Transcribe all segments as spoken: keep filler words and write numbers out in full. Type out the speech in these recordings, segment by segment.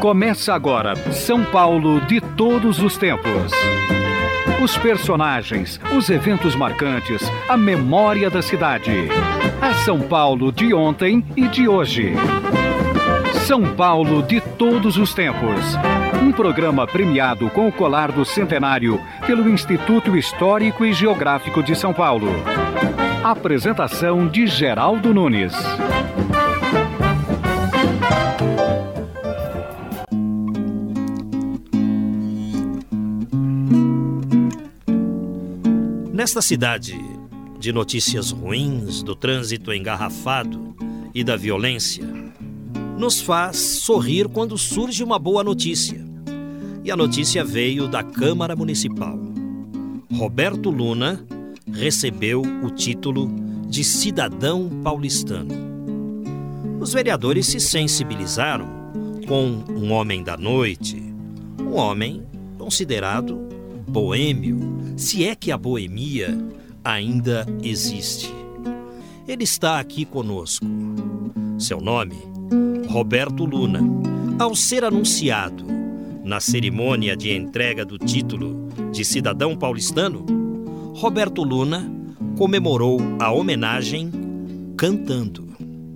Começa agora São Paulo de todos os tempos. Os personagens, os eventos marcantes, a memória da cidade. A São Paulo de ontem e de hoje. São Paulo de todos os tempos. Um programa premiado com o colar do centenário pelo Instituto Histórico e Geográfico de São Paulo. Apresentação de Geraldo Nunes. Nesta cidade de notícias ruins, do trânsito engarrafado e da violência, nos faz sorrir quando surge uma boa notícia. E a notícia veio da Câmara Municipal. Roberto Luna recebeu o título de cidadão paulistano. Os vereadores se sensibilizaram com um homem da noite, um homem considerado boêmio, se é que a boemia ainda existe. Ele está aqui conosco. Seu nome, Roberto Luna. Ao ser anunciado na cerimônia de entrega do título de cidadão paulistano, Roberto Luna comemorou a homenagem cantando.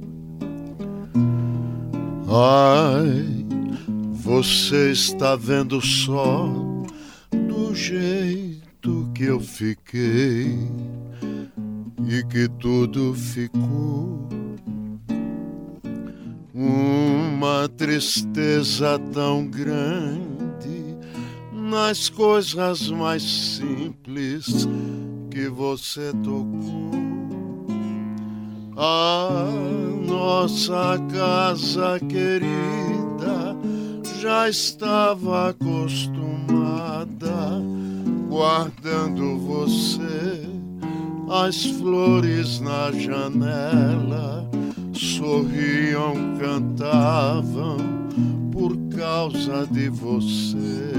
Ai, você está vendo só do jeito que eu fiquei e que tudo ficou uma tristeza tão grande nas coisas mais simples que você tocou. A nossa casa querida já estava acostumada, guardando você, as flores na janela sorriam, cantavam por causa de você.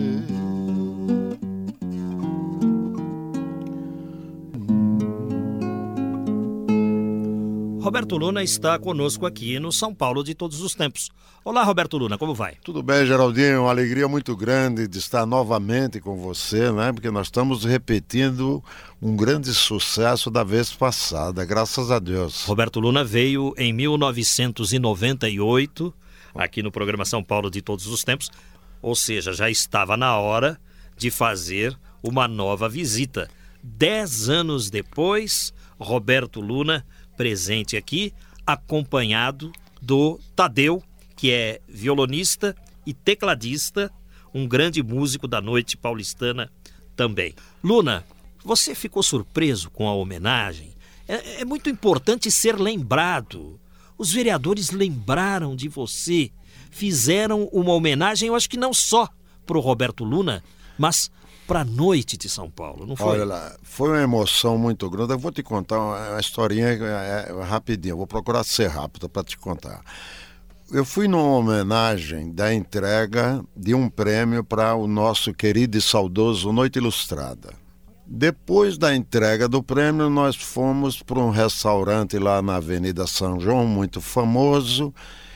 Roberto Luna está conosco aqui no São Paulo de todos os tempos. Olá, Roberto Luna, como vai? Tudo bem, Geraldinho, uma alegria muito grande de estar novamente com você, né? Porque nós estamos repetindo um grande sucesso da vez passada, graças a Deus. Roberto Luna veio em mil novecentos e noventa e oito, aqui no programa São Paulo de todos os tempos, ou seja, já estava na hora de fazer uma nova visita. Dez anos depois, Roberto Luna presente aqui, acompanhado do Tadeu, que é violonista e tecladista, um grande músico da noite paulistana também. Luna, você ficou surpreso com a homenagem? É, é muito importante ser lembrado. Os vereadores lembraram de você, fizeram uma homenagem, eu acho que não só para o Roberto Luna, mas para a noite de São Paulo, não foi? Olha lá, foi uma emoção muito grande. Eu vou te contar uma, uma historinha é, é, rapidinho, eu vou procurar ser rápido para te contar. Eu fui numa homenagem da entrega de um prêmio para o nosso querido e saudoso Noite Ilustrada. Depois da entrega do prêmio, nós fomos para um restaurante lá na Avenida São João, muito famoso,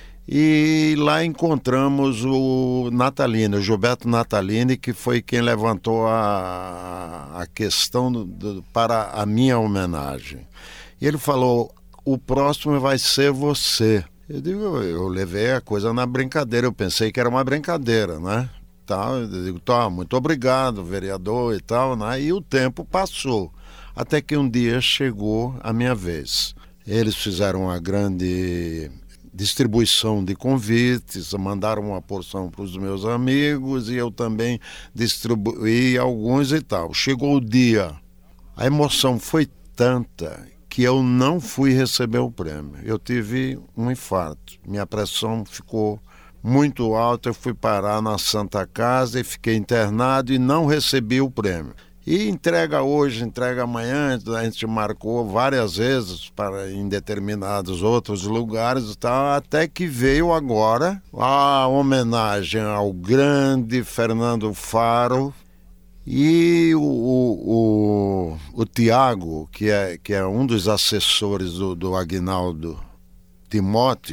e lá encontramos o Natalini, o Gilberto Natalini, que foi quem levantou a, a questão do, do, para a minha homenagem. E ele falou, o próximo vai ser você. Eu digo, eu levei a coisa na brincadeira, eu pensei que era uma brincadeira, né? Tá, eu digo, tá, muito obrigado, vereador e tal, né? E o tempo passou, até que um dia chegou a minha vez. Eles fizeram uma grande distribuição de convites, mandaram uma porção para os meus amigos e eu também distribuí alguns e tal. Chegou o dia, a emoção foi tanta que eu não fui receber o prêmio. Eu tive um infarto, minha pressão ficou muito alta, eu fui parar na Santa Casa e fiquei internado e não recebi o prêmio. E entrega hoje, entrega amanhã, a gente marcou várias vezes para em determinados outros lugares e tal, até que veio agora a homenagem ao grande Fernando Faro e o, o, o, o Tiago, que é, que é um dos assessores do, do Aguinaldo Timóteo,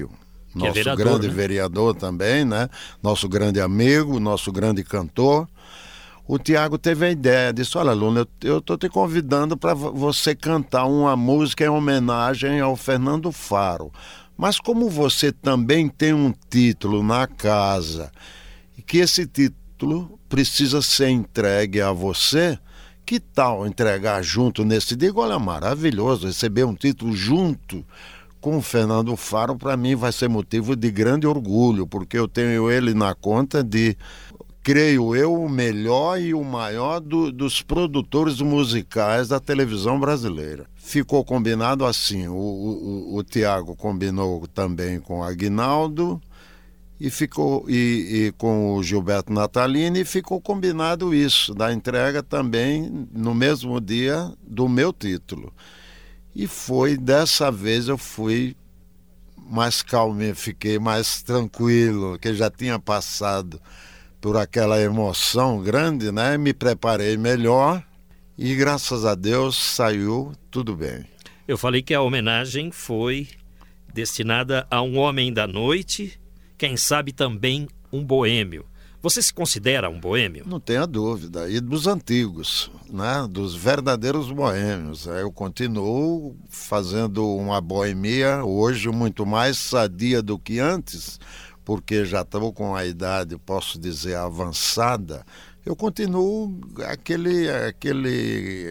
nosso é vereador, grande né? vereador também, né? Nosso grande amigo, nosso grande cantor. O Tiago teve a ideia, disse, olha, Luna, eu estou te convidando para você cantar uma música em homenagem ao Fernando Faro. Mas como você também tem um título na casa, e que esse título precisa ser entregue a você, que tal entregar junto nesse dia? Digo, olha, maravilhoso, receber um título junto com o Fernando Faro, para mim vai ser motivo de grande orgulho, porque eu tenho ele na conta de, creio eu, o melhor e o maior do, dos produtores musicais da televisão brasileira. Ficou combinado assim, o, o, o Tiago combinou também com o Aguinaldo, E, ficou, e, e com o Gilberto Natalini, e ficou combinado isso, da entrega também no mesmo dia do meu título. E foi, dessa vez eu fui mais calmo, fiquei mais tranquilo, que já tinha passado por aquela emoção grande, né? Me preparei melhor e graças a Deus saiu tudo bem. Eu falei que a homenagem foi destinada a um homem da noite, quem sabe também um boêmio. Você se considera um boêmio? Não tenha dúvida. E dos antigos, né? Dos verdadeiros boêmios. Eu continuo fazendo uma boemia hoje muito mais sadia do que antes, porque já estou com a idade, posso dizer, avançada. Eu continuo aquele, aquele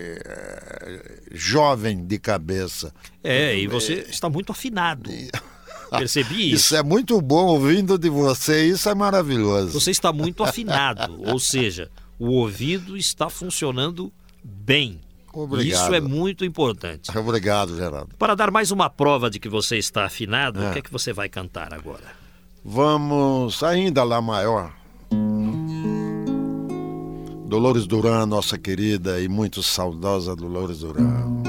é, jovem de cabeça. É, e você está muito afinado. Percebi isso. Isso é muito bom ouvindo de você, isso é maravilhoso. Você está muito afinado, ou seja, o ouvido está funcionando bem. Obrigado. Isso é muito importante. Obrigado, Geraldo. Para dar mais uma prova de que você está afinado, é. o que é que você vai cantar agora? Vamos ainda lá maior. Dolores Duran, nossa querida e muito saudosa Dolores Duran.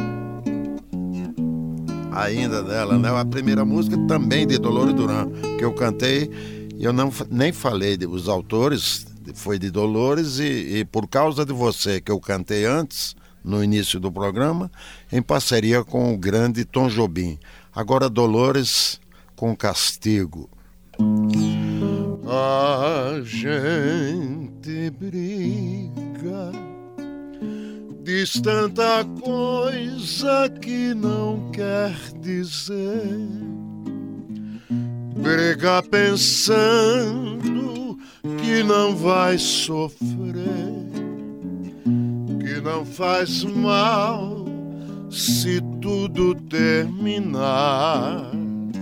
Ainda dela, né? A primeira música também de Dolores Duran, que eu cantei, e eu não, nem falei dos autores, foi de Dolores, e, e por causa de você, que eu cantei antes, no início do programa, em parceria com o grande Tom Jobim. Agora Dolores com Castigo. A gente briga, diz tanta coisa que não quer dizer. Briga pensando que não vai sofrer, que não faz mal se tudo terminar.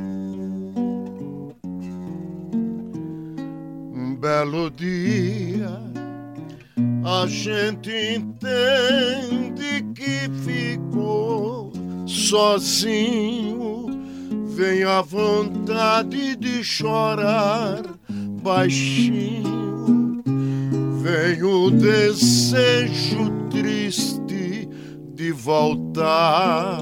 Um belo dia a gente entende que ficou sozinho, vem a vontade de chorar baixinho, vem o desejo triste de voltar.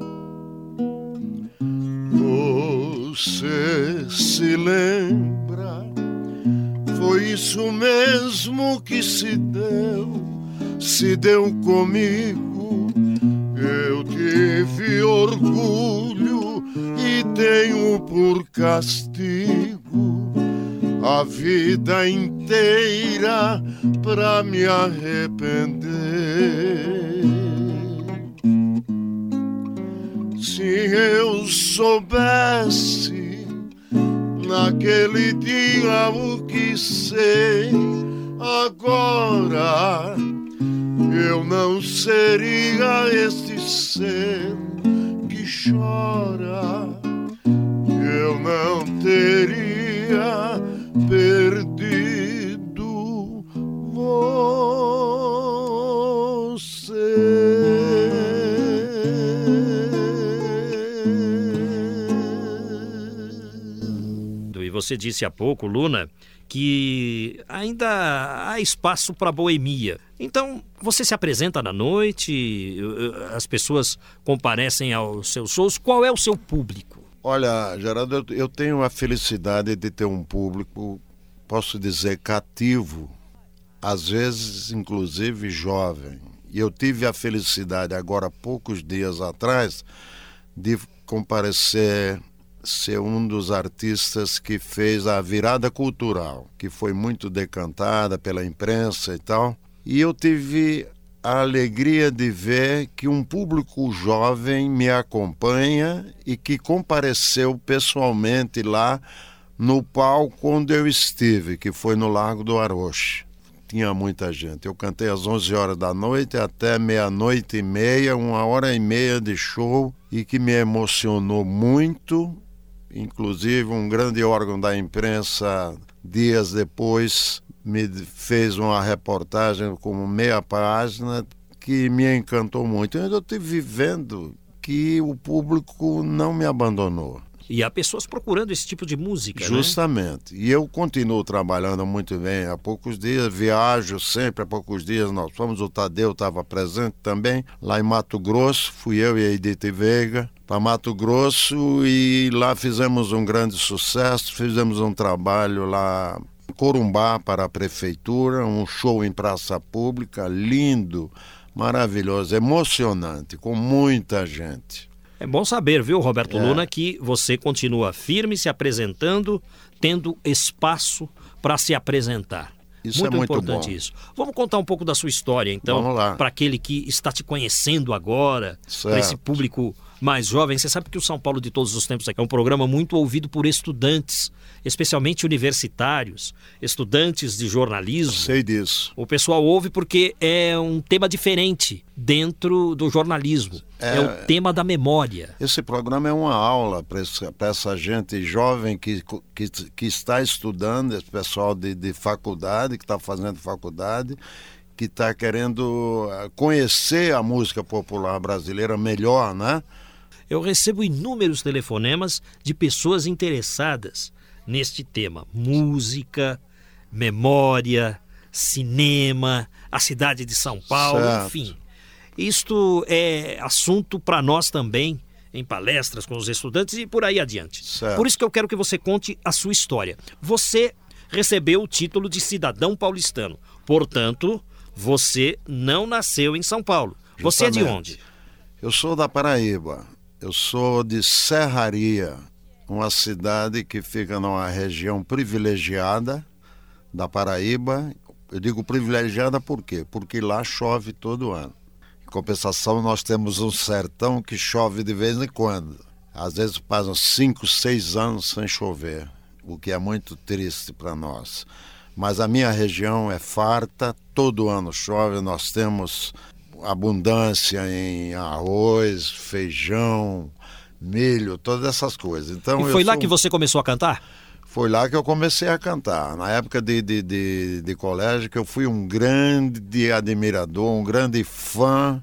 Você se lembra? Foi isso mesmo que se deu, se deu comigo. Eu tive orgulho e tenho por castigo a vida inteira pra me arrepender. Se eu soubesse naquele dia o que sei agora, eu não seria este ser que chora, eu não teria perdido você. E você disse há pouco, Luna, que ainda há espaço para boemia. Então, você se apresenta na noite, as pessoas comparecem aos seus shows. Qual é o seu público? Olha, Geraldo, eu tenho a felicidade de ter um público, posso dizer, cativo, às vezes, inclusive, jovem. E eu tive a felicidade, agora, poucos dias atrás, de comparecer ser um dos artistas que fez a virada cultural, que foi muito decantada pela imprensa e tal. E eu tive a alegria de ver que um público jovem me acompanha e que compareceu pessoalmente lá no palco onde eu estive, que foi no Largo do Aroche. Tinha muita gente. Eu cantei às onze horas da noite até meia-noite e meia, uma hora e meia de show, e que me emocionou muito. Inclusive, um grande órgão da imprensa, dias depois, me fez uma reportagem com meia página que me encantou muito. Eu estive vivendo que o público não me abandonou. E há pessoas procurando esse tipo de música, Justamente. Né? E eu continuo trabalhando muito bem. Há poucos dias, viajo sempre, há poucos dias nós fomos, o Tadeu estava presente também, lá em Mato Grosso. Fui eu e a Edith Veiga para Mato Grosso e lá fizemos um grande sucesso. Fizemos um trabalho lá em Corumbá para a prefeitura, um show em praça pública, lindo, maravilhoso, emocionante, com muita gente. É bom saber, viu, Roberto É. Luna, que você continua firme, se apresentando, tendo espaço para se apresentar. Isso muito é muito importante bom. isso. Vamos contar um pouco da sua história, então, Vamos lá. para aquele que está te conhecendo agora, Certo. para esse público mais jovem. Você sabe que o São Paulo de Todos os Tempos é um programa muito ouvido por estudantes, especialmente universitários, estudantes de jornalismo. Sei disso. O pessoal ouve porque é um tema diferente dentro do jornalismo. É, é o tema da memória. Esse programa é uma aula para essa gente jovem que, que, que está estudando, esse pessoal de, de faculdade, que está fazendo faculdade, que está querendo conhecer a música popular brasileira melhor, né? Eu recebo inúmeros telefonemas de pessoas interessadas neste tema. Música, memória, cinema, a cidade de São Paulo, certo. Enfim. Isto é assunto para nós também, em palestras com os estudantes e por aí adiante. Certo. Por isso que eu quero que você conte a sua história. Você recebeu o título de cidadão paulistano. Portanto, você não nasceu em São Paulo. Você é de onde? Eu sou da Paraíba. Eu sou de Serraria, uma cidade que fica numa região privilegiada da Paraíba. Eu digo privilegiada por quê? Porque lá chove todo ano. Em compensação, nós temos um sertão que chove de vez em quando. Às vezes passam cinco, seis anos sem chover, o que é muito triste para nós. Mas a minha região é farta, todo ano chove, nós temos abundância em arroz, feijão, milho, todas essas coisas. Então, E foi eu lá sou... que você começou a cantar? Foi lá que eu comecei a cantar. Na época de, de, de, de colégio, que eu fui um grande admirador, um grande fã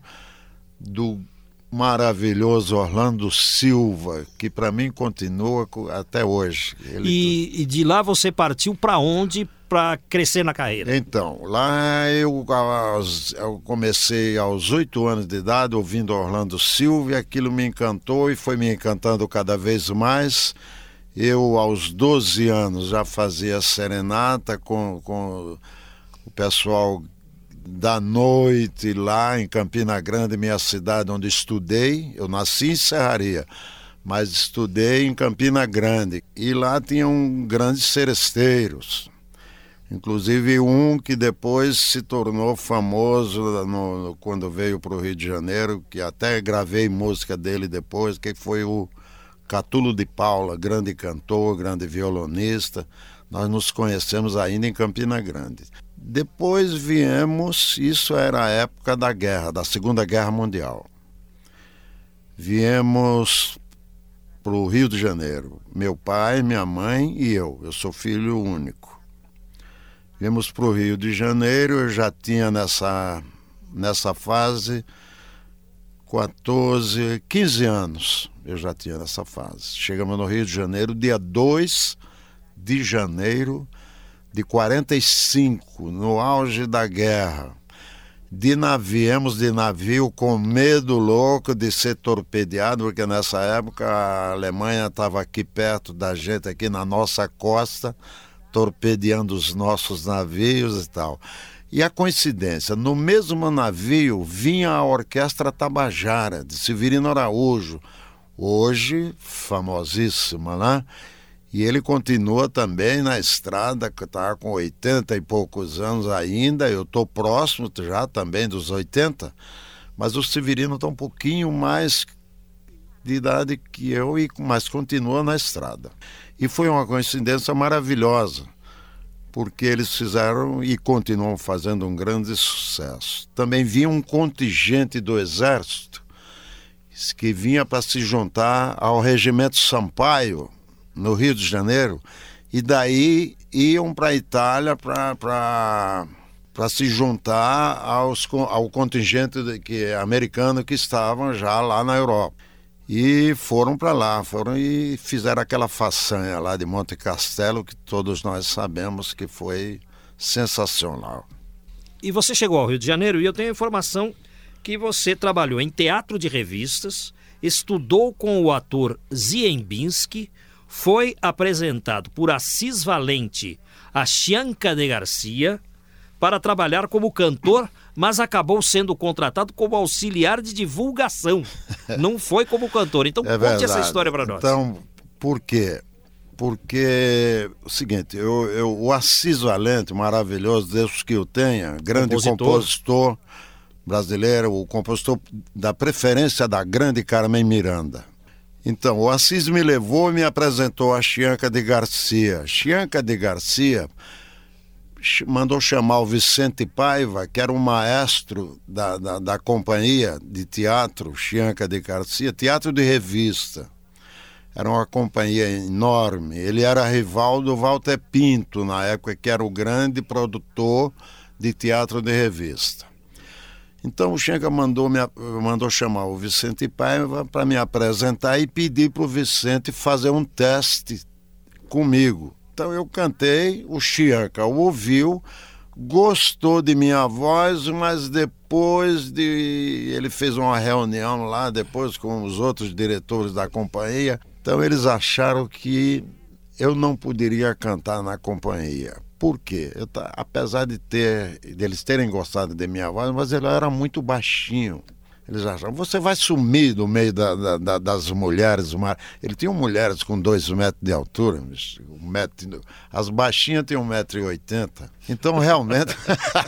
do maravilhoso Orlando Silva, que para mim continua até hoje. Ele... E, e de lá você partiu para onde para crescer na carreira? Então, lá eu, aos, eu comecei aos oito anos de idade ouvindo Orlando Silva, e aquilo me encantou e foi me encantando cada vez mais. Eu, aos doze anos, já fazia serenata com, com o pessoal da noite lá em Campina Grande, minha cidade onde estudei. Eu nasci em Serraria, mas estudei em Campina Grande. E lá tinham grandes seresteiros, inclusive um que depois se tornou famoso no, no, quando veio para o Rio de Janeiro, que até gravei música dele depois, que foi o Catulo de Paula, grande cantor, grande violonista. Nós nos conhecemos ainda em Campina Grande. Depois viemos, isso era a época da guerra, da Segunda Guerra Mundial. Viemos para o Rio de Janeiro, meu pai, minha mãe e eu. Eu sou filho único. Viemos para o Rio de Janeiro, eu já tinha nessa, nessa fase quatorze, quinze anos. Eu já tinha nessa fase. Chegamos no Rio de Janeiro, dia dois de janeiro de quarenta e cinco, no auge da guerra. De navio, viemos de navio com medo louco de ser torpedeado, porque nessa época a Alemanha estava aqui perto da gente, aqui na nossa costa, torpedeando os nossos navios e tal. E a coincidência, no mesmo navio vinha a Orquestra Tabajara, de Severino Araújo, hoje famosíssima, né? E ele continua também na estrada, que está com oitenta e poucos anos ainda. Eu estou próximo já também dos oitenta, mas o Severino está um pouquinho mais de idade que eu, mas continua na estrada. E foi uma coincidência maravilhosa, porque eles fizeram e continuam fazendo um grande sucesso. Também vinha um contingente do Exército que vinha para se juntar ao Regimento Sampaio, no Rio de Janeiro, e daí iam para a Itália para se juntar aos, ao contingente de, que, americano que estavam já lá na Europa. E foram para lá, foram e fizeram aquela façanha lá de Monte Castelo, que todos nós sabemos que foi sensacional. E você chegou ao Rio de Janeiro e eu tenho a informação que você trabalhou em teatro de revistas, estudou com o ator Ziembinski, foi apresentado por Assis Valente a Chianca de Garcia para trabalhar como cantor, mas acabou sendo contratado como auxiliar de divulgação. Não foi como cantor. Então, é conte essa história para nós. Então, por quê? Porque, o seguinte, eu, eu, o Assis Valente, maravilhoso, Deus que o tenha, grande compositor, compositor brasileiro, o compositor da preferência da grande Carmen Miranda. Então, o Assis me levou e me apresentou a Chianca de Garcia. Chianca de Garcia mandou chamar o Vicente Paiva, que era um maestro da, da, da companhia de teatro Chianca de Garcia, teatro de revista. Era uma companhia enorme. Ele era rival do Walter Pinto, na época, que era o grande produtor de teatro de revista. Então o Chianca mandou, me, mandou chamar o Vicente Paiva para me apresentar e pedir para o Vicente fazer um teste comigo. Então eu cantei, o Chianca o ouviu, gostou de minha voz, mas depois de... ele fez uma reunião lá, depois com os outros diretores da companhia, então eles acharam que eu não poderia cantar na companhia. Por quê? Eu, apesar de, ter, de eles terem gostado de minha voz, mas ele era muito baixinho. Eles achavam, você vai sumir do meio da, da, da, das mulheres. Ele tinha mulheres com dois metros de altura, um metro, as baixinhas tinham um metro e oitenta. Então, realmente...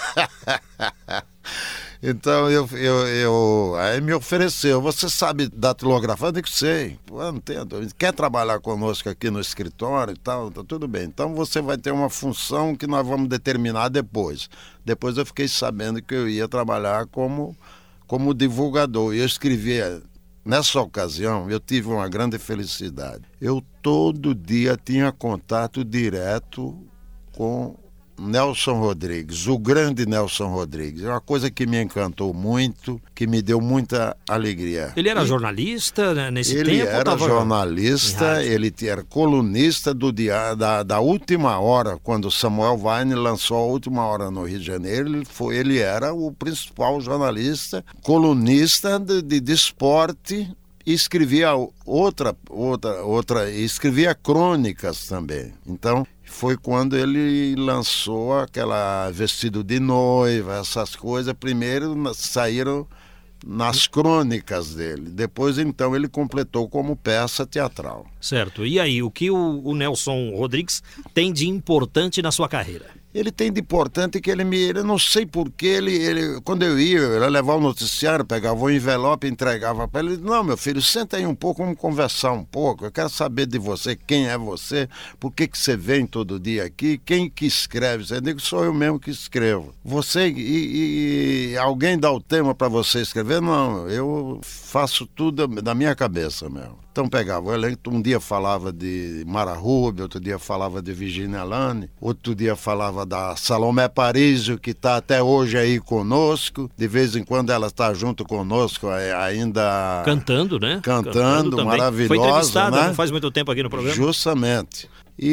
Então, eu, eu, eu, aí me ofereceu, você sabe datilografar? Eu digo, sei, eu não tenho dúvida. Quer trabalhar conosco aqui no escritório e tal? Tá tudo bem. Então, você vai ter uma função que nós vamos determinar depois. Depois eu fiquei sabendo que eu ia trabalhar como, como divulgador. E eu escrevia, nessa ocasião, eu tive uma grande felicidade. Eu todo dia tinha contato direto com Nelson Rodrigues, o grande Nelson Rodrigues. É uma coisa que me encantou muito, que me deu muita alegria. Ele era e, jornalista, né, nesse ele tempo? Ele era jornalista, ele era colunista do dia, da, da Última Hora, quando Samuel Weiner lançou a Última Hora no Rio de Janeiro. Ele, foi, ele era o principal jornalista, colunista de, de, de esporte, e escrevia outra, outra, outra, escrevia crônicas também. Então, foi quando ele lançou aquela Vestido de Noiva, essas coisas. Primeiro saíram nas crônicas dele. Depois, então, ele completou como peça teatral. Certo. E aí, o que o, o Nelson Rodrigues tem de importante na sua carreira? Ele tem de importante que ele me... Eu não sei porquê, ele, ele, quando eu ia, eu ia levar o noticiário, pegava o envelope e entregava para ele. Ele disse, não, meu filho, senta aí um pouco, vamos conversar um pouco. Eu quero saber de você, quem é você, por que, que você vem todo dia aqui, quem que escreve. Eu digo, sou eu mesmo que escrevo. Você, e, e alguém dá o tema para você escrever? Não, eu faço tudo da minha cabeça mesmo. Então pegava o elenco, um dia falava de Mara Rubio, outro dia falava de Virginia Lane, outro dia falava da Salomé Parísio, que está até hoje aí conosco, de vez em quando ela está junto conosco ainda... Cantando, né? Cantando, Cantando maravilhosa, foi entrevistada, né? Não faz muito tempo aqui no programa. Justamente.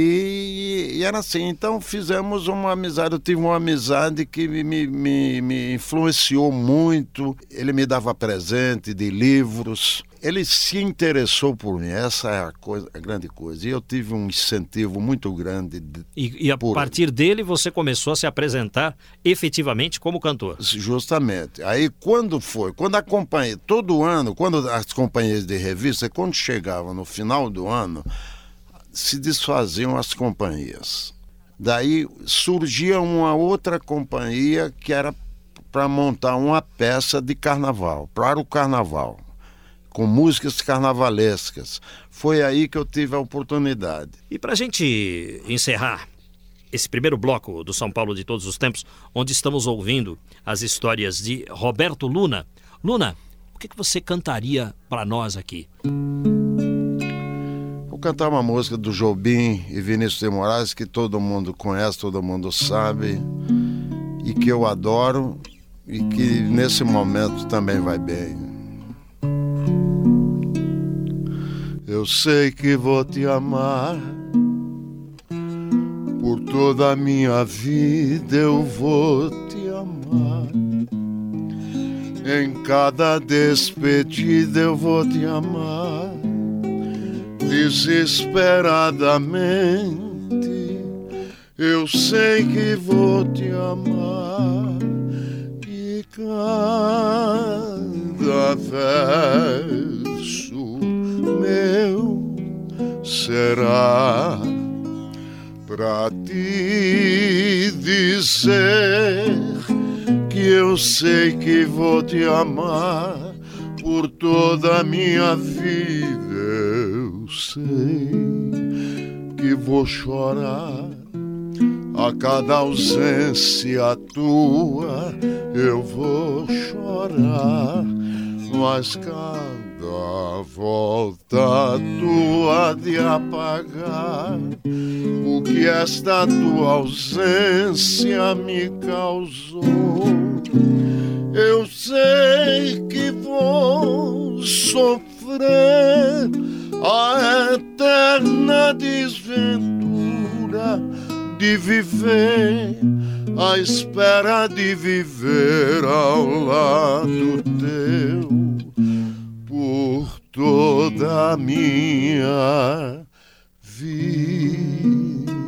E, e era assim, então fizemos uma amizade, eu tive uma amizade que me, me, me influenciou muito, ele me dava presente de livros, ele se interessou por mim, essa é a, coisa, a grande coisa. E eu tive um incentivo muito grande. De, e, e a por... partir dele você começou a se apresentar efetivamente como cantor. Justamente. Aí quando foi, quando a companhia, todo ano, quando as companhias de revista, quando chegavam no final do ano, se desfaziam as companhias. Daí surgia uma outra companhia que era para montar uma peça de carnaval, para o carnaval, com músicas carnavalescas. Foi aí que eu tive a oportunidade. E para a gente encerrar esse primeiro bloco do São Paulo de todos os tempos, onde estamos ouvindo as histórias de Roberto Luna. Luna, o que, que você cantaria para nós aqui? Vou cantar uma música do Jobim e Vinícius de Moraes, que todo mundo conhece, todo mundo sabe, e que eu adoro, e que nesse momento também vai bem. Eu sei que vou te amar, por toda a minha vida eu vou te amar. Em cada despedida eu vou te amar, desesperadamente. Eu sei que vou te amar, e cada verso meu será pra te dizer que eu sei que vou te amar por toda a minha vida. Eu sei que vou chorar a cada ausência tua, eu vou chorar, mas cada volta tua de apagar o que esta tua ausência me causou. Eu sei que vou sofrer a eterna desventura de viver à espera de viver ao lado teu por toda a minha vida.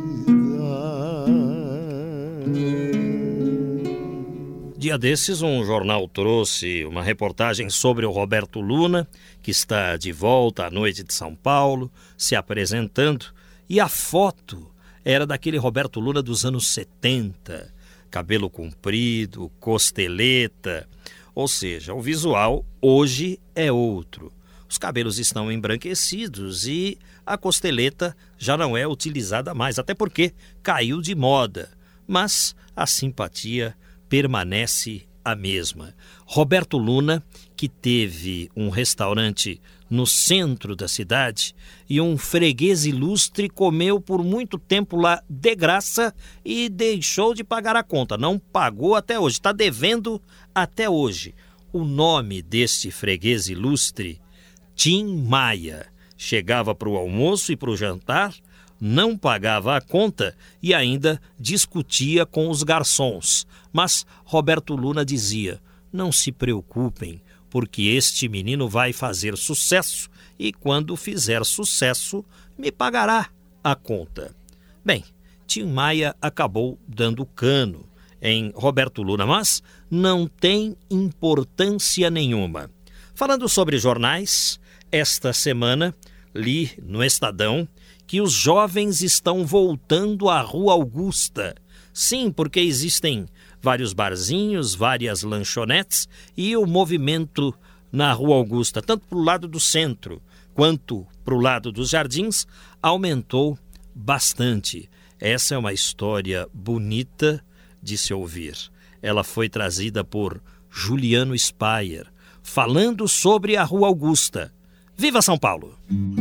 Dia desses, um jornal trouxe uma reportagem sobre o Roberto Luna, que está de volta à noite de São Paulo, se apresentando, e a foto era daquele Roberto Luna dos anos setenta, cabelo comprido, costeleta, ou seja, o visual hoje é outro. Os cabelos estão embranquecidos e a costeleta já não é utilizada mais, até porque caiu de moda, mas a simpatia permanece a mesma. Roberto Luna, que teve um restaurante no centro da cidade e um freguês ilustre comeu por muito tempo lá de graça e deixou de pagar a conta. Não pagou até hoje, está devendo até hoje. O nome deste freguês ilustre, Tim Maia, chegava para o almoço e para o jantar, não pagava a conta e ainda discutia com os garçons. Mas Roberto Luna dizia: não se preocupem, porque este menino vai fazer sucesso e quando fizer sucesso me pagará a conta. Bem, Tim Maia acabou dando cano em Roberto Luna, mas não tem importância nenhuma. Falando sobre jornais, esta semana li no Estadão que os jovens estão voltando à Rua Augusta. Sim, porque existem vários barzinhos, várias lanchonetes e o movimento na Rua Augusta, tanto para o lado do centro quanto para o lado dos jardins, aumentou bastante. Essa é uma história bonita de se ouvir. Ela foi trazida por Juliano Spayer, falando sobre a Rua Augusta. Viva São Paulo!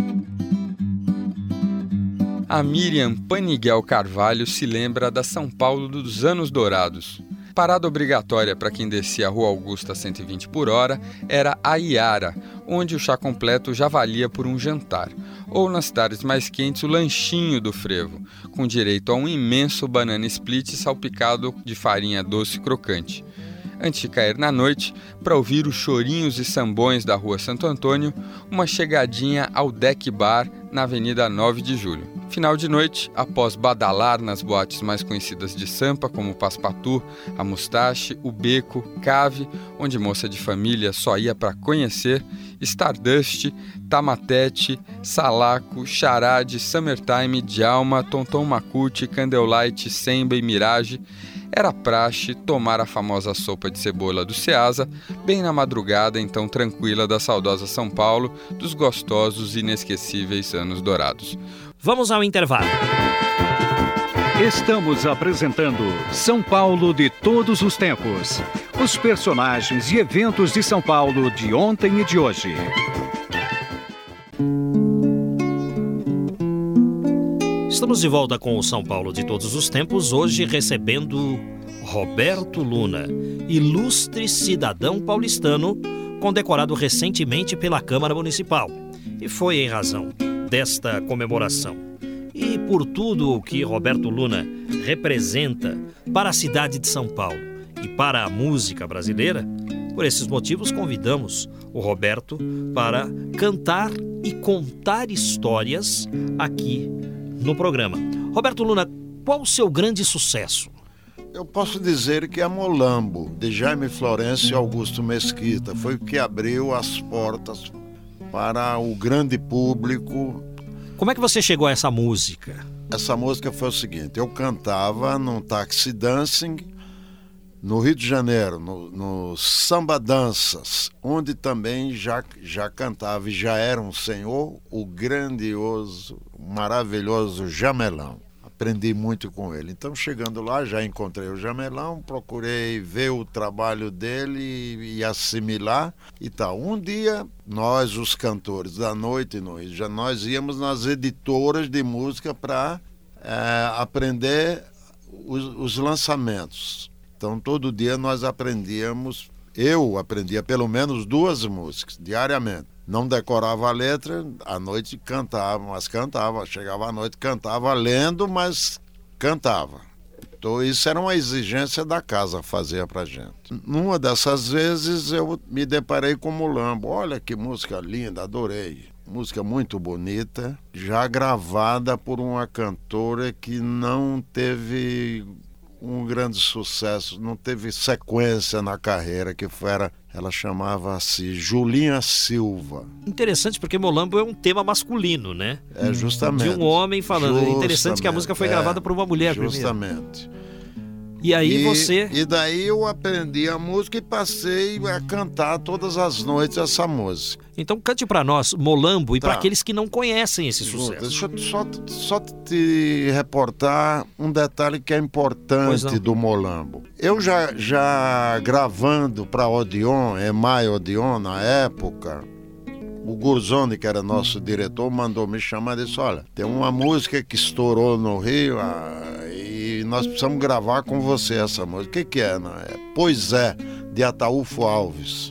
A Miriam Paniguel Carvalho se lembra da São Paulo dos anos dourados. Parada obrigatória para quem descia a Rua Augusta a cento e vinte por hora era a Iara, onde o chá completo já valia por um jantar. Ou nas tardes mais quentes o lanchinho do frevo, com direito a um imenso banana split salpicado de farinha doce crocante. antes de cair na noite, para ouvir os chorinhos e sambões da Rua Santo Antônio, uma chegadinha ao Deck Bar na Avenida nove de Julho. Final de noite, após badalar nas boates mais conhecidas de Sampa, como Paspatu, a Mustache, o Beco, Cave, onde moça de família só ia para conhecer, Stardust, Tamatete, Salaco, Charade, Summertime, Djalma, Tonton Macuti, Candlelight, Semba e Mirage, era praxe tomar a famosa sopa de cebola do Ceasa, bem na madrugada então tranquila da saudosa São Paulo, dos gostosos e inesquecíveis anos dourados. Vamos ao intervalo. Estamos apresentando São Paulo de todos os tempos. Os personagens e eventos de São Paulo de ontem e de hoje. Estamos de volta com o São Paulo de todos os tempos, hoje recebendo Roberto Luna, ilustre cidadão paulistano, condecorado recentemente pela Câmara Municipal. E foi em razão desta comemoração e por tudo o que Roberto Luna representa para a cidade de São Paulo e para a música brasileira, por esses motivos convidamos o Roberto para cantar e contar histórias aqui no programa. Roberto Luna, qual o seu grande sucesso? Eu posso dizer que é Molambo, de Jaime Florencio e Augusto Mesquita. Foi o que abriu as portas para o grande público. Como é que você chegou a essa música? Essa música foi o seguinte: eu cantava num taxi dancing no Rio de Janeiro, no, no Samba Danças, onde também já, já cantava e já era um senhor, o grandioso, maravilhoso Jamelão. Aprendi muito com ele. Então, chegando lá, já encontrei o Jamelão, procurei ver o trabalho dele e, e assimilar e tal. Um dia, nós, os cantores da noite no Rio de Janeiro, nós íamos nas editoras de música para é, aprender os, os lançamentos. Então, todo dia nós aprendíamos, eu aprendia pelo menos duas músicas, diariamente. Não decorava a letra, à noite cantava, mas cantava. Chegava à noite, cantava lendo, mas cantava. Então, isso era uma exigência da casa, fazia pra gente. Numa dessas vezes, eu me deparei com Molambo. Olha que música linda, adorei. Música muito bonita, já gravada por uma cantora que não teve um grande sucesso, não teve sequência na carreira, que era, ela chamava-se Julinha Silva. Interessante, porque Molambo é um tema masculino, né? É, justamente. De um homem falando. Justamente, interessante que a música foi gravada é, por uma mulher justamente. primeiro. E aí e, você... E daí eu aprendi a música e passei a cantar todas as noites essa música. Então cante pra nós, Molambo, e Tá. para aqueles que não conhecem esse Deixa sucesso. eu só, só te reportar um detalhe que é importante do Molambo. Eu já, já gravando para Odeon, Emai Odeon, na época, o Gurzoni, que era nosso diretor, mandou me chamar e disse: olha, tem uma música que estourou no Rio ah, e nós precisamos gravar com você essa música. O que, que é? Não? É Pois É, de Ataúfo Alves.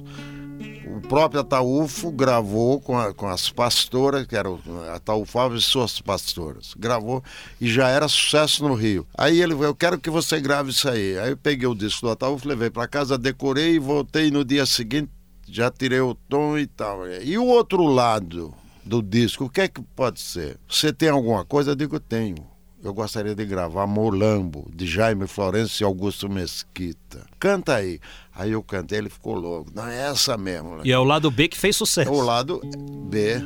O próprio Ataúfo gravou com, a, com as pastoras, que eram Ataúfo Alves e suas pastoras. Gravou e já era sucesso no Rio. Aí ele falou: eu quero que você grave isso aí. Aí eu peguei o disco do Ataúfo, levei para casa, decorei e voltei no dia seguinte, já tirei o tom e tal. E o outro lado do disco, o que é que pode ser? Você tem alguma coisa? Eu digo: tenho. Eu gostaria de gravar Molambo, de Jaime Florencio e Augusto Mesquita. Canta aí. Aí eu cantei, ele ficou louco. Não, é essa mesmo. E é o lado B que fez sucesso. É o lado B.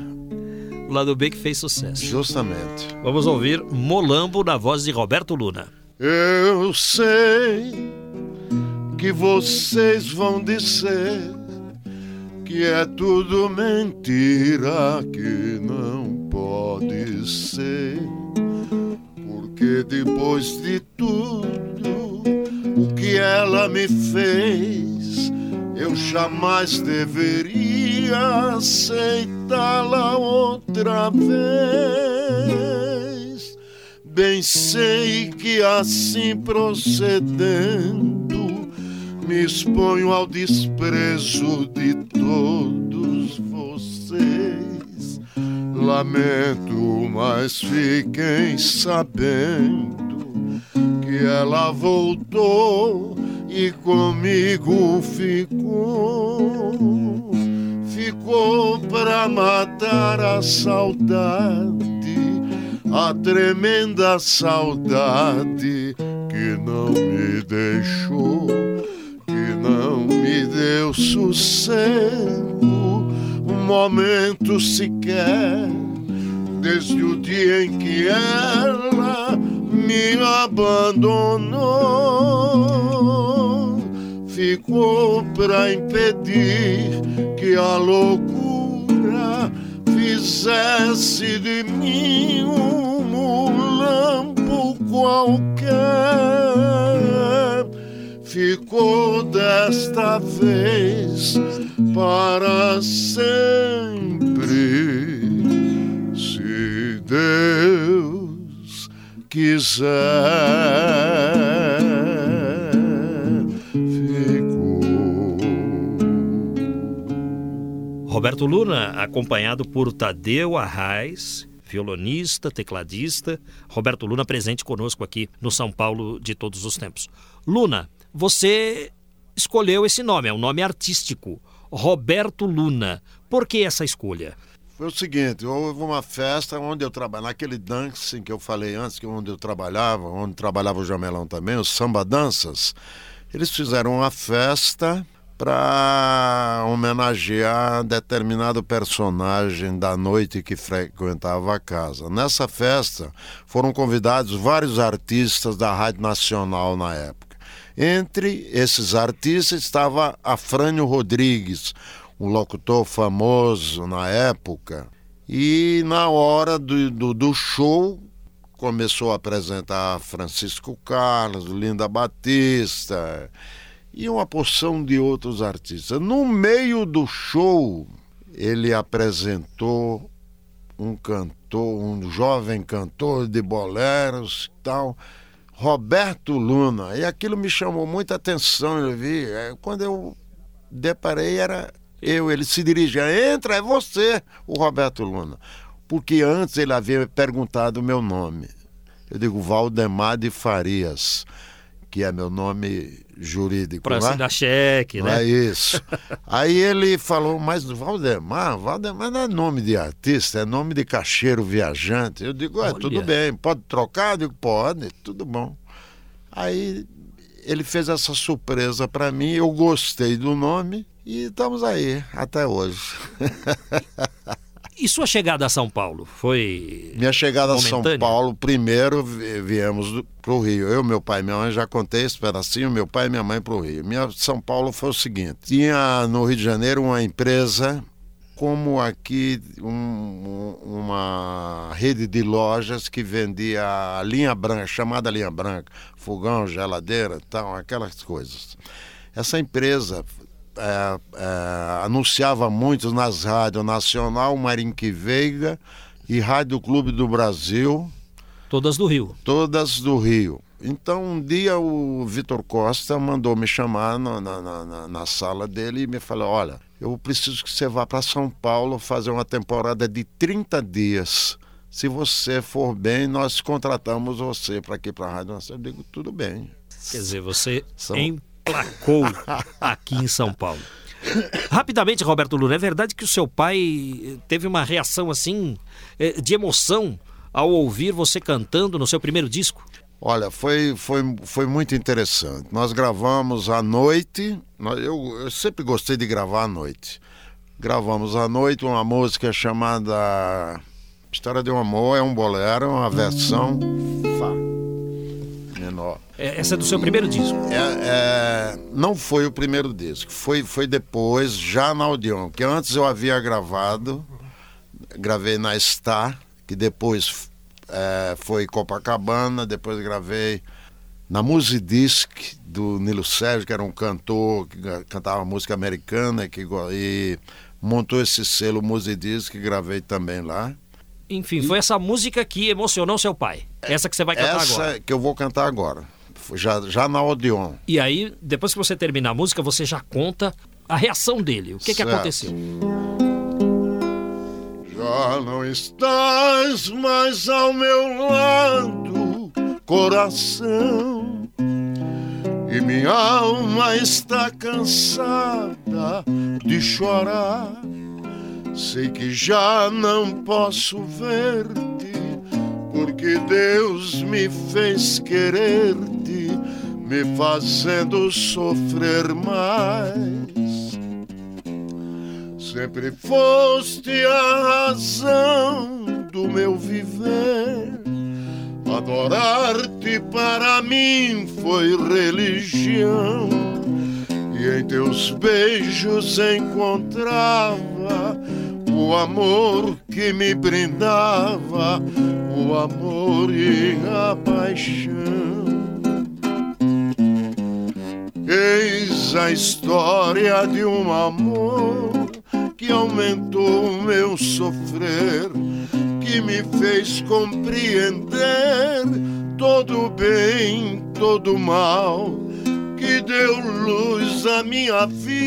O lado B que fez sucesso. Justamente. Vamos ouvir Molambo na voz de Roberto Luna. Eu sei que vocês vão dizer que é tudo mentira, que não pode ser. Porque depois de tudo o que ela me fez, eu jamais deveria aceitá-la outra vez. Bem sei que assim procedendo me exponho ao desprezo de todos vocês. Lamento, mas fiquem sabendo que ela voltou e comigo ficou, ficou pra matar a saudade, a tremenda saudade que não me deixou, que não me deu sossego, um momento sequer, desde o dia em que ela me abandonou. Ficou pra impedir que a loucura fizesse de mim um mulambo qualquer. Ficou desta vez para sempre, se Deus quiser. Roberto Luna, acompanhado por Tadeu Arraes, violonista, tecladista. Roberto Luna presente conosco aqui no São Paulo de Todos os Tempos. Luna, você escolheu esse nome, é um nome artístico, Roberto Luna. Por que essa escolha? Foi o seguinte, houve uma festa onde eu trabalhava, naquele dancing que eu falei antes, que onde eu trabalhava, onde trabalhava o Jamelão também, os samba danças, eles fizeram uma festa para homenagear determinado personagem da noite que frequentava a casa. Nessa festa foram convidados vários artistas da Rádio Nacional na época. Entre esses artistas estava Afrânio Rodrigues, um locutor famoso na época, e na hora do, do, do show começou a apresentar Francisco Carlos, Linda Batista e uma porção de outros artistas. No meio do show, ele apresentou um cantor, um jovem cantor de boleros e tal, Roberto Luna, e aquilo me chamou muita atenção. Eu vi, quando eu deparei, era eu, ele se dirigia, entra, é você, o Roberto Luna, porque antes ele havia perguntado o meu nome. Eu digo Valdemar de Farias, que é meu nome jurídico. Para se dar cheque, né? É isso. Aí ele falou, mas Valdemar, Valdemar não é nome de artista, é nome de caixeiro viajante. Eu digo, é, tudo bem, pode trocar? Eu digo, pode, tudo bom. Aí ele fez essa surpresa para mim, eu gostei do nome e estamos aí até hoje. E sua chegada a São Paulo foi Minha chegada momentânea? a São Paulo, primeiro viemos para o Rio. Eu, meu pai e minha mãe, já contei esse pedacinho, meu pai e minha mãe para o Rio. Minha São Paulo foi o seguinte, tinha no Rio de Janeiro uma empresa, como aqui um, uma rede de lojas que vendia a linha branca, chamada linha branca, fogão, geladeira e tal, aquelas coisas. Essa empresa É, é, anunciava muito nas rádios Nacional, Marinque Veiga e Rádio Clube do Brasil. Todas do Rio. Todas do Rio. Então um dia o Vitor Costa mandou me chamar na, na, na, na sala dele e me falou, olha, eu preciso que você vá para São Paulo fazer uma temporada de trinta dias. Se você for bem, nós contratamos você para aqui para a Rádio Nacional. Eu digo, tudo bem. Quer dizer, você São... emplacou aqui em São Paulo. Rapidamente, Roberto Luna, é verdade que o seu pai teve uma reação assim, de emoção ao ouvir você cantando no seu primeiro disco? Olha, foi, foi, foi muito interessante. Nós gravamos à noite, eu, eu sempre gostei de gravar à noite. Gravamos à noite uma música chamada História de um Amor, é um bolero, uma versão Fá menor. Essa é do seu primeiro disco? É, é, não foi o primeiro disco, foi, foi depois, já na Odeon, que antes eu havia gravado, gravei na Star, que depois é, foi Copacabana, depois gravei na Musidisc do Nilo Sérgio, que era um cantor que cantava música americana que, e montou esse selo Musidisc, que gravei também lá. Enfim, foi essa música que emocionou seu pai. Essa que você vai cantar essa agora. Essa que eu vou cantar agora. Já, já na Odeon. E aí, depois que você terminar a música, você já conta a reação dele. O que, que aconteceu? Já não estás mais ao meu lado, coração, e minha alma está cansada de chorar. Sei que já não posso ver-te, porque Deus me fez querer-te, me fazendo sofrer mais. Sempre foste a razão do meu viver, adorar-te para mim foi religião, e em teus beijos encontrava o amor que me brindava, o amor e a paixão. Eis a história de um amor que aumentou o meu sofrer, que me fez compreender todo o bem, todo o mal, que deu luz à minha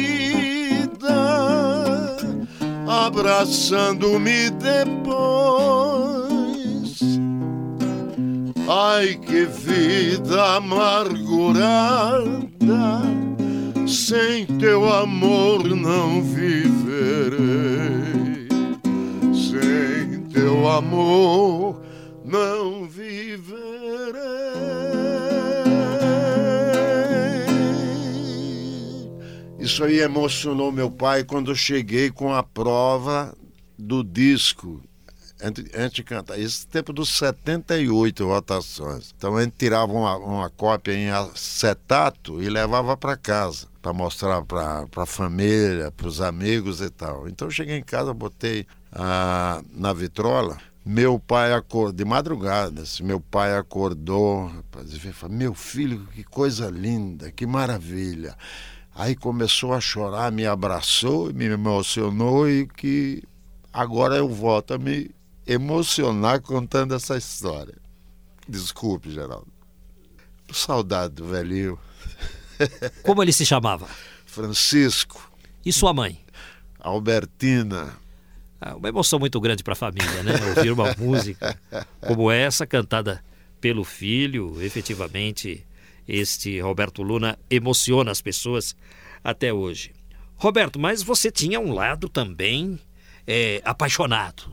vida, abraçando-me depois. Ai, que vida amargurada, sem teu amor não viverei, sem teu amor não viverei. Isso aí emocionou meu pai quando eu cheguei com a prova do disco. A gente canta, esse tempo dos setenta e oito votações. Então a gente tirava uma, uma cópia em acetato e levava para casa, para mostrar para a família, para os amigos e tal. Então eu cheguei em casa, botei ah, na vitrola. Meu pai acordou, de madrugada, meu pai acordou, rapaz, e falou: meu filho, que coisa linda, que maravilha. Aí começou a chorar, me abraçou, me emocionou, e que agora eu volto a me emocionar contando essa história. Desculpe, Geraldo. Saudade do velhinho. Como ele se chamava? Francisco. E sua mãe? Albertina. Ah, uma emoção muito grande para a família, né? Ouvir uma música como essa, cantada pelo filho. Efetivamente, este Roberto Luna emociona as pessoas até hoje. Roberto, mas você tinha um lado também é, apaixonado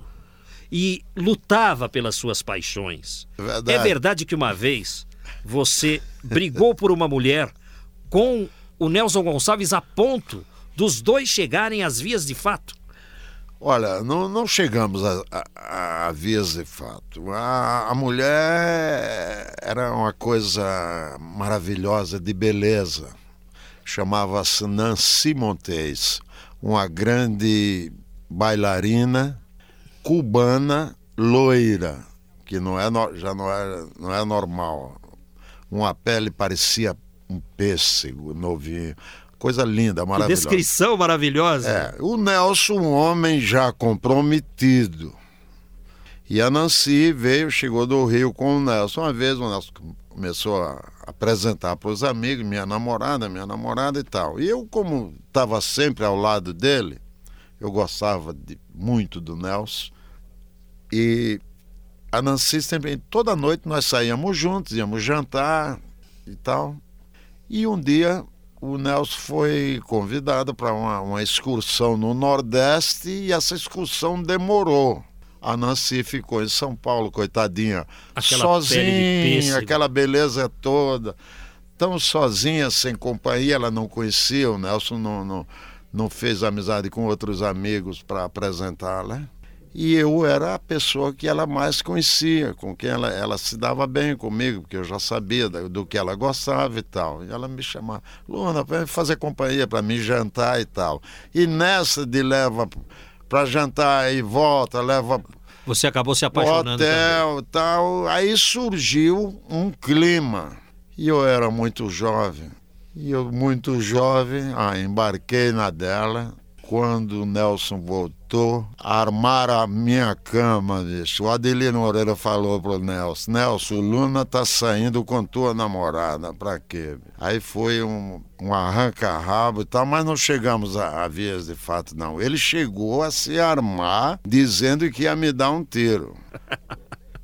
e lutava pelas suas paixões. Verdade. É verdade que uma vez você brigou por uma mulher com o Nelson Gonçalves a ponto dos dois chegarem às vias de fato? Olha, não, não chegamos a, a, a vias de fato. A, a mulher era uma coisa maravilhosa, de beleza. Chamava-se Nancy Montes, uma grande bailarina cubana, loira, que não é, já não é, não é normal. Uma pele parecia um pêssego novinho. Coisa linda, maravilhosa. Que descrição maravilhosa. É, o Nelson, um homem já comprometido. E a Nancy veio, chegou do Rio com o Nelson. Uma vez o Nelson começou a apresentar para os amigos, minha namorada, minha namorada e tal. E eu, como estava sempre ao lado dele, eu gostava de, muito do Nelson. E a Nancy sempre, toda noite nós saíamos juntos, íamos jantar e tal. E um dia o Nelson foi convidado para uma, uma excursão no Nordeste, e essa excursão demorou. A Nancy ficou em São Paulo, coitadinha, aquela sozinha, aquela beleza toda, tão sozinha, sem companhia. Ela não conhecia, o Nelson não, não, não fez amizade com outros amigos para apresentá-la. E eu era a pessoa que ela mais conhecia, com quem ela, ela se dava bem comigo, porque eu já sabia do, do que ela gostava e tal. E ela me chamava: Luna, para fazer companhia, para mim jantar e tal. E nessa de leva para jantar e volta, leva... Você acabou se apaixonando hotel e tal. Aí surgiu um clima. E eu era muito jovem. E eu, muito jovem, ah, embarquei na dela. Quando o Nelson voltou, armaram a minha cama, bicho. O Adelino Moreira falou pro Nelson: Nelson, o Luna tá saindo com tua namorada, pra quê? Aí foi um, um arranca-rabo e tal, mas não chegamos a, a vias de fato, não. Ele chegou a se armar, dizendo que ia me dar um tiro.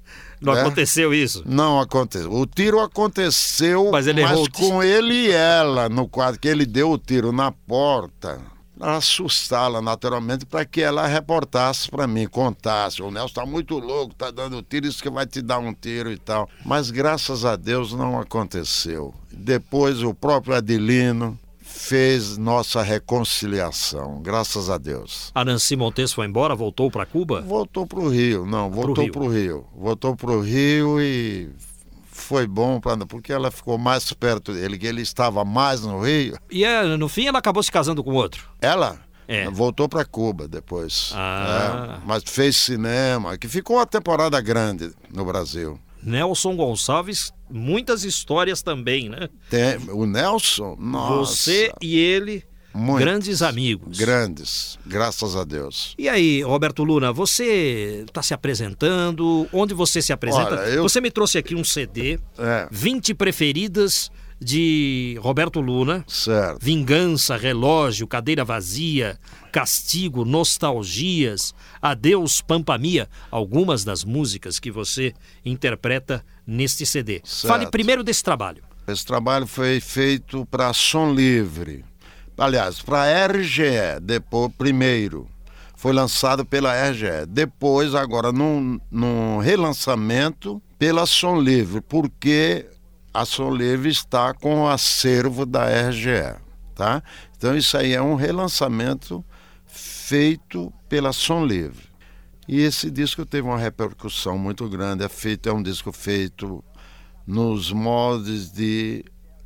Não é? aconteceu isso? Não aconteceu. O tiro aconteceu, mas, ele mas errou com ele e ela, no quadro que ele deu o tiro na porta, para assustá-la naturalmente, para que ela reportasse para mim, contasse. O Nelson está muito louco, está dando tiro, isso que vai te dar um tiro e tal. Mas graças a Deus não aconteceu. Depois o próprio Adelino fez nossa reconciliação, graças a Deus. A Nancy Montes foi embora, voltou para Cuba? Voltou para o Rio, não, voltou para o Rio. Voltou para o Rio e foi bom, pra, porque ela ficou mais perto dele, que ele estava mais no Rio. E é, no fim ela acabou se casando com outro? Ela? É. Voltou para Cuba depois. Ah. É, mas fez cinema, que ficou uma temporada grande no Brasil. Nelson Gonçalves, muitas histórias também, né? Tem, o Nelson, nossa. Você e ele, muitos, grandes amigos. Grandes, graças a Deus. E aí, Roberto Luna, você está se apresentando? Onde você se apresenta? Olha, eu... Você me trouxe aqui um C D, é. vinte preferidas de Roberto Luna. Certo. Vingança, Relógio, Cadeira Vazia, Castigo, Nostalgias, Adeus, Pampa Mia, algumas das músicas que você interpreta neste C D. Certo. Fale primeiro desse trabalho. Esse trabalho foi feito para Som Livre. Aliás, para a R G E, depois, primeiro. Foi lançado pela R G E. Depois, agora, num, num relançamento pela Som Livre, porque a Som Livre está com o acervo da R G E, tá? Então isso aí é um relançamento feito pela Som Livre. E esse disco teve uma repercussão muito grande. É, feito, é um disco feito nos moldes de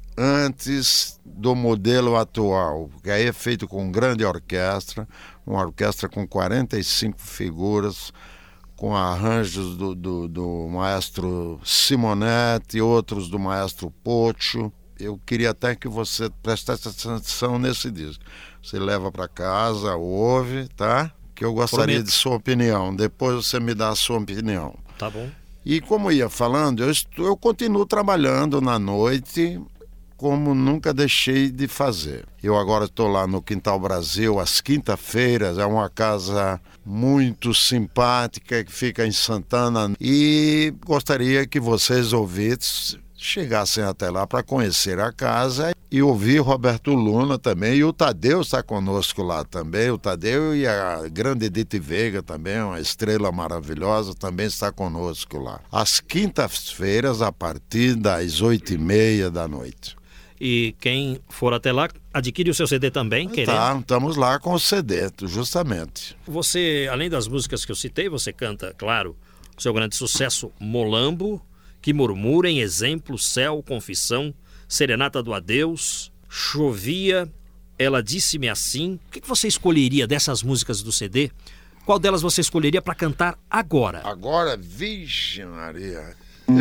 antes do modelo atual, que aí é feito com grande orquestra, uma orquestra com quarenta e cinco figuras, com arranjos do, do, do maestro Simonetti, outros do maestro Pocho. Eu queria até que você prestasse atenção nesse disco. Você leva para casa, ouve, tá? Que eu gostaria Prometo. de sua opinião. Depois você me dá a sua opinião. Tá bom. E como ia falando, eu, estou, eu continuo trabalhando na noite, como nunca deixei de fazer. Eu agora estou lá no Quintal Brasil, às quinta-feiras, é uma casa muito simpática que fica em Santana, e gostaria que vocês ouvintes chegassem até lá para conhecer a casa e ouvir Roberto Luna também, e o Tadeu está conosco lá também, o Tadeu e a grande Edith Veiga também, uma estrela maravilhosa, também está conosco lá. Às quintas-feiras, a partir das oito e meia da noite. E quem for até lá, adquire o seu C D também, querendo? Tá, estamos lá com o C D, justamente. Você, além das músicas que eu citei, você canta, claro, o seu grande sucesso Molambo, Que Murmurem, Exemplo, Céu, Confissão, Serenata do Adeus, Chovia, Ela Disse-me Assim. O que você escolheria dessas músicas do C D? Qual delas você escolheria para cantar agora? Agora, Virgem Maria.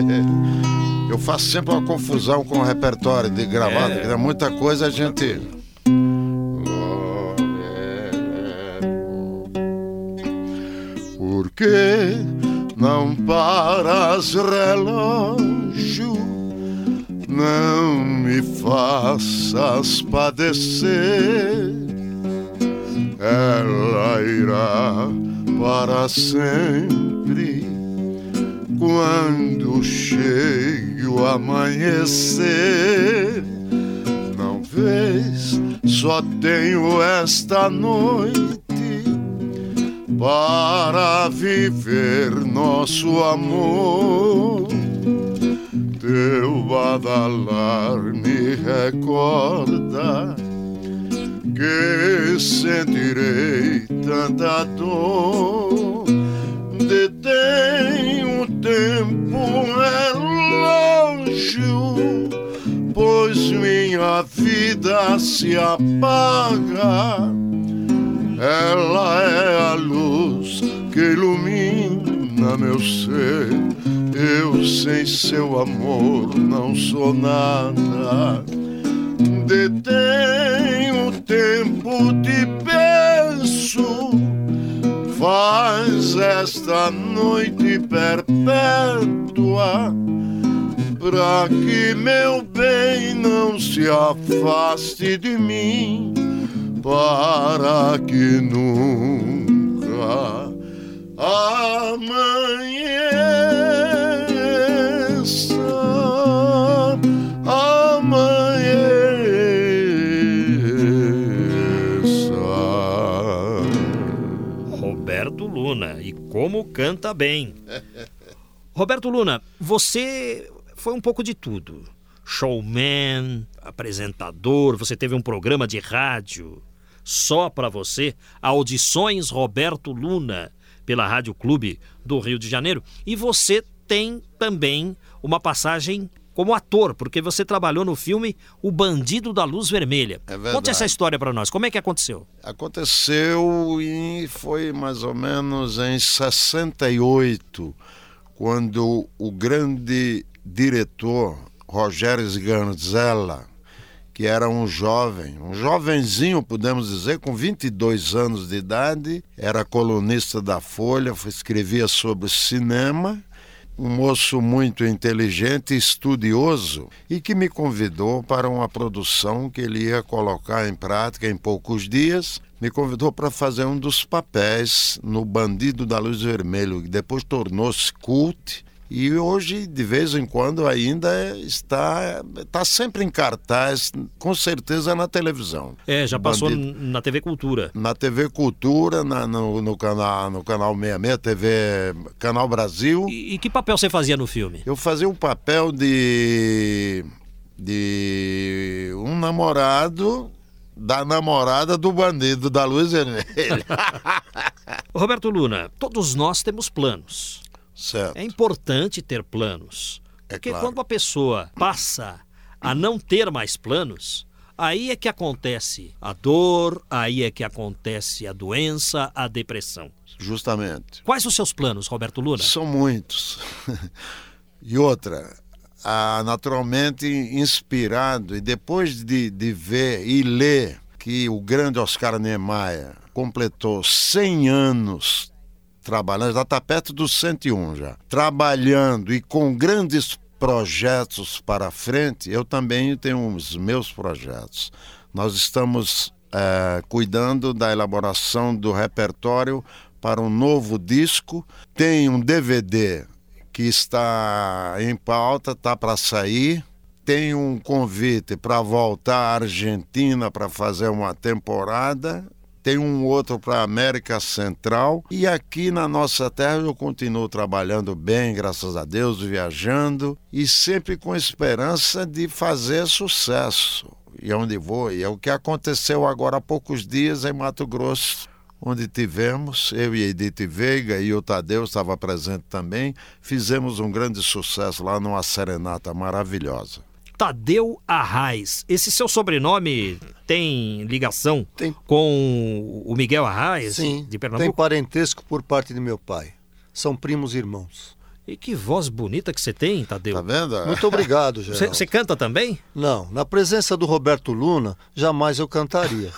Eu faço sempre uma confusão com o repertório de gravado, é. que dá muita coisa a gente... Por que não paras, relógio? Não me faças padecer. Ela irá para sempre quando chegue o amanhecer. Não vês, só tenho esta noite para viver nosso amor. Teu badalar me recorda que sentirei tanta dor. Detém o tempo, relógio, pois minha vida se apaga. Ela é a luz que ilumina meu ser. Eu sem seu amor não sou nada. Detém o tempo, te peço. Faz esta noite perpétua, pra que meu bem não se afaste de mim, para que nunca amanheça. canta bem. Roberto Luna, você foi um pouco de tudo. Showman, apresentador, você teve um programa de rádio só para você, Audições Roberto Luna, pela Rádio Clube do Rio de Janeiro. E você tem também uma passagem como ator, porque você trabalhou no filme O Bandido da Luz Vermelha. É verdade. Conte essa história para nós. Como é que aconteceu? Aconteceu e foi mais ou menos em sessenta e oito, quando o grande diretor Rogério Sganzella, que era um jovem, um jovenzinho, podemos dizer, com vinte e dois anos de idade, era colunista da Folha, escrevia sobre cinema, um moço muito inteligente, estudioso, e que me convidou para uma produção que ele ia colocar em prática em poucos dias. Me convidou para fazer um dos papéis no Bandido da Luz Vermelha, que depois tornou-se cult. E hoje, de vez em quando, ainda está, está sempre em cartaz, com certeza na televisão. É, já passou Bandido. na T V Cultura. Na T V Cultura, na, no, no, canal, no canal sessenta e seis, T V Canal Brasil. E, e que papel você fazia no filme? Eu fazia o papel de, de um namorado da namorada do bandido da Luz Vermelha. Roberto Luna, todos nós temos planos. Certo. É importante ter planos. É Porque claro. quando a pessoa passa a não ter mais planos, aí é que acontece a dor, aí é que acontece a doença, a depressão. Justamente. Quais os seus planos, Roberto Luna? São muitos. E outra, ah, naturalmente inspirado, e depois de, de ver e ler que o grande Oscar Niemeyer completou cem anos trabalhando, já está perto dos cento e um já, trabalhando e com grandes projetos para frente, eu também tenho os meus projetos. Nós estamos é, cuidando da elaboração do repertório para um novo disco. Tem um D V D que está em pauta, está para sair. Tem um convite para voltar à Argentina para fazer uma temporada. Tem um outro para a América Central. E aqui na nossa terra eu continuo trabalhando bem, graças a Deus, viajando. E sempre com esperança de fazer sucesso. E onde vou. E é o que aconteceu agora há poucos dias em Mato Grosso, onde tivemos, eu e Edith Veiga e o Tadeu estava presente também, fizemos um grande sucesso lá numa serenata maravilhosa. Tadeu Arraes. Esse seu sobrenome tem ligação Tem. com o Miguel Arraes, Sim, de tem Pernambuco? parentesco por parte de meu pai. São primos irmãos. E que voz bonita que você tem, Tadeu. Tá vendo? Muito obrigado, Você, Geraldo. você canta também? Não, na presença do Roberto Luna, jamais eu cantaria.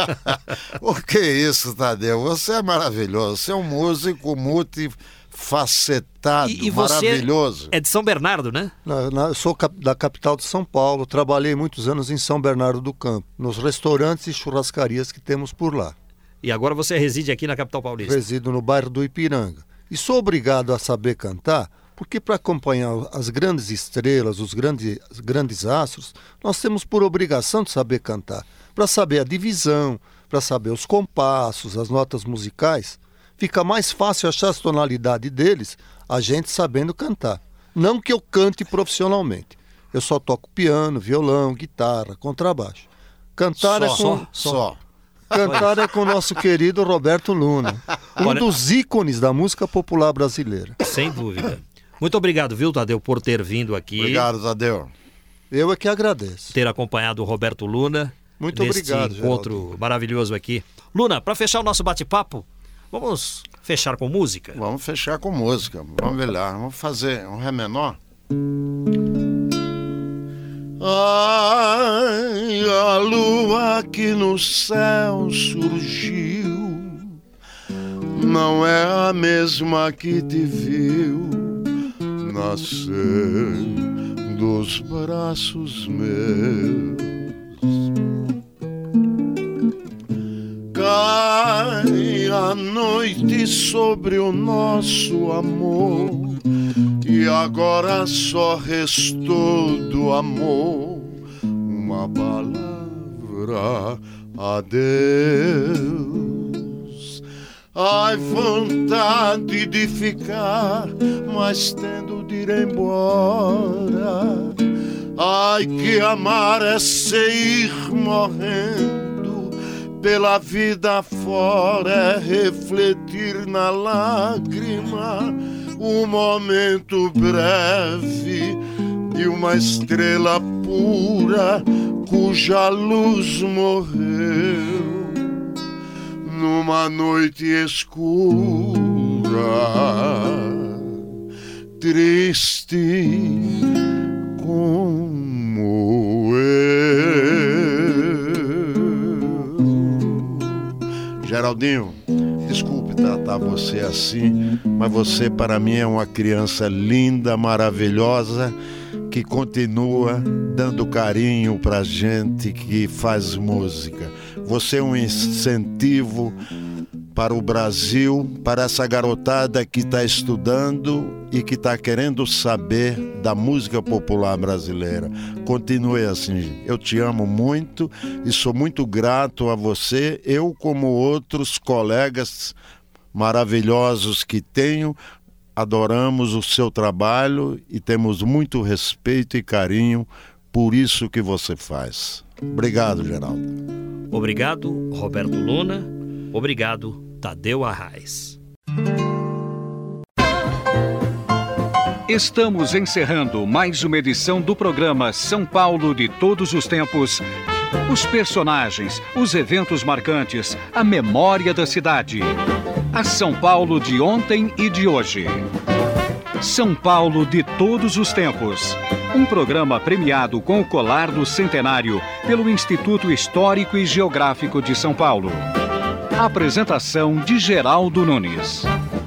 O que é isso, Tadeu? Você é maravilhoso. Você é um músico multifacetado, E, e você maravilhoso. é de São Bernardo, né? Na- na- eu sou cap- da capital de São Paulo, trabalhei muitos anos em São Bernardo do Campo, nos restaurantes e churrascarias que temos por lá. E agora você reside aqui na capital paulista. Resido no bairro do Ipiranga. E sou obrigado a saber cantar, porque para acompanhar as grandes estrelas, os grandes, os grandes astros, nós temos por obrigação de saber cantar. Para saber a divisão, para saber os compassos, as notas musicais, fica mais fácil achar as tonalidades deles, a gente sabendo cantar. Não que eu cante profissionalmente. Eu só toco piano, violão, guitarra, contrabaixo. Cantar Só, é com... só, só. Cantar é com o nosso querido Roberto Luna, um Olha- dos ícones da música popular brasileira. Sem dúvida. Muito obrigado, viu, Tadeu, por ter vindo aqui, Obrigado, Tadeu. Eu é que agradeço. ter acompanhado o Roberto Luna. Muito neste obrigado, encontro Geraldo. maravilhoso aqui. Luna, para fechar o nosso bate-papo, vamos fechar com música? Vamos fechar com música. Vamos ver lá. Vamos fazer um Ré menor. Ai, a lua que no céu surgiu não é a mesma que te viu nascer dos braços meus. Cai a noite sobre o nosso amor e agora só restou do amor uma palavra, adeus. ai, vontade de ficar, mas tendo de ir embora. Ai, que amar é ser morrendo pela vida fora, é refletir na lágrima um momento breve de uma estrela pura cuja luz morreu numa noite escura, triste como eu. Geraldinho, desculpe tratar você assim, mas você para mim é uma criança linda, maravilhosa, que continua dando carinho pra gente que faz música. Você é um incentivo para o Brasil, para essa garotada que está estudando e que está querendo saber da música popular brasileira. Continue assim. Eu te amo muito e sou muito grato a você, eu como outros colegas maravilhosos que tenho. Adoramos o seu trabalho e temos muito respeito e carinho por isso que você faz. Obrigado, Geraldo. Obrigado, Roberto Luna. Obrigado, Tadeu Arraes. Estamos encerrando mais uma edição do programa São Paulo de Todos os Tempos. Os personagens, os eventos marcantes, a memória da cidade. A São Paulo de ontem e de hoje. São Paulo de Todos os Tempos. Um programa premiado com o colar do centenário pelo Instituto Histórico e Geográfico de São Paulo. Apresentação de Geraldo Nunes.